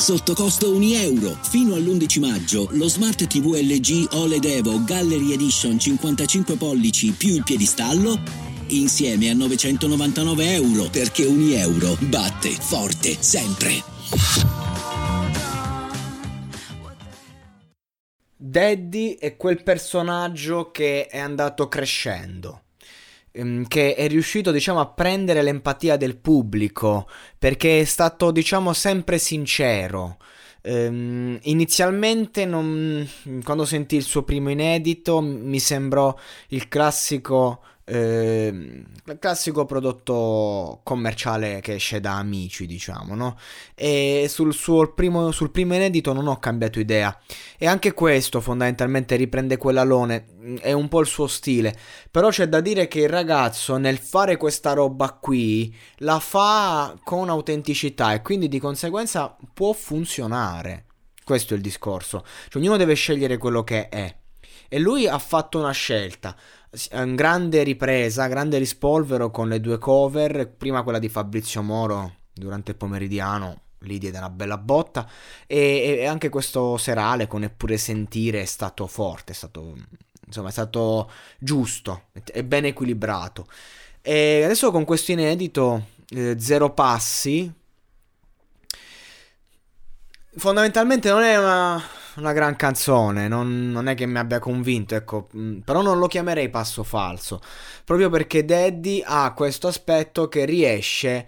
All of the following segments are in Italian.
sotto costo €1. Fino all'11 maggio lo Smart TV LG OLED Evo Gallery Edition 55 pollici più il piedistallo insieme a €999, perché €1 batte forte sempre. Daddy è quel personaggio che è andato crescendo, che è riuscito, diciamo, a prendere l'empatia del pubblico, perché è stato, diciamo, sempre sincero. Inizialmente quando sentì il suo primo inedito mi sembrò il classico prodotto commerciale che esce da Amici, diciamo, no? E sul primo inedito non ho cambiato idea, e anche questo fondamentalmente riprende quell'alone, è un po' il suo stile. Però c'è da dire che il ragazzo nel fare questa roba qui la fa con autenticità, e quindi di conseguenza può funzionare. Questo è il discorso, cioè ognuno deve scegliere quello che è, e lui ha fatto una scelta. Grande ripresa, grande rispolvero con le 2 cover, prima quella di Fabrizio Moro durante il pomeridiano, lì diede una bella botta, e anche questo serale con Eppure Sentire è stato forte, è stato giusto e ben equilibrato. E adesso con questo inedito, Zero Passi, fondamentalmente non è una gran canzone, non è che mi abbia convinto, ecco, però non lo chiamerei passo falso, proprio perché Daddy ha questo aspetto che riesce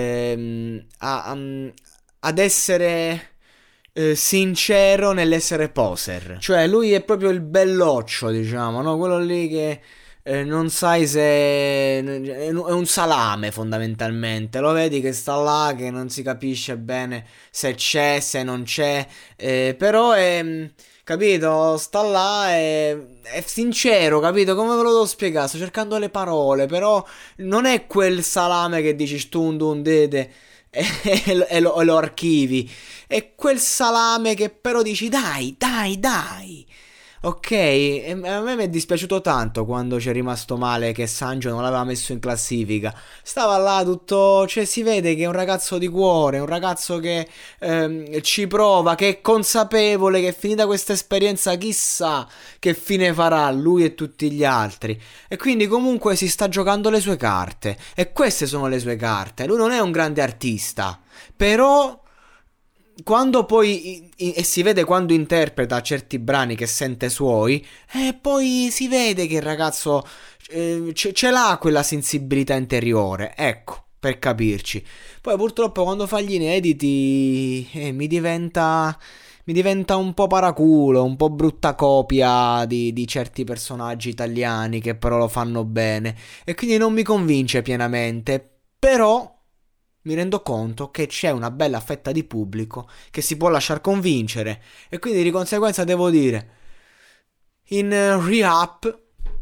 ad essere sincero nell'essere poser. Cioè lui è proprio il belloccio, diciamo, no? Quello lì che non sai se è un salame, fondamentalmente. Lo vedi che sta là, che non si capisce bene se c'è, se non c'è, però è, capito, sta là, è sincero, capito? Come ve lo devo spiegare? Sto cercando le parole, però non è quel salame che dici stundun dede e lo archivi. È quel salame che però dici dai. Ok, e a me mi è dispiaciuto tanto quando c'è rimasto male che Sangio non l'aveva messo in classifica. Stava là tutto, cioè si vede che è un ragazzo di cuore, un ragazzo che ci prova, che è consapevole che finita questa esperienza chissà che fine farà lui e tutti gli altri. E quindi comunque si sta giocando le sue carte, e queste sono le sue carte. Lui non è un grande artista, però quando poi e si vede quando interpreta certi brani che sente suoi, e poi si vede che il ragazzo ce l'ha quella sensibilità interiore, ecco, per capirci. Poi purtroppo quando fa gli inediti mi diventa un po' paraculo, un po' brutta copia di certi personaggi italiani che però lo fanno bene, e quindi non mi convince pienamente. Però mi rendo conto che c'è una bella fetta di pubblico che si può lasciar convincere, e quindi di conseguenza devo dire, in re-up,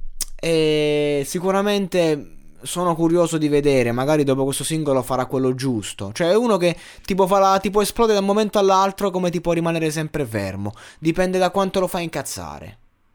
sicuramente sono curioso di vedere, magari dopo questo singolo farà quello giusto. Cioè è uno che ti può esplodere da un momento all'altro, come ti può rimanere sempre fermo, dipende da quanto lo fa incazzare.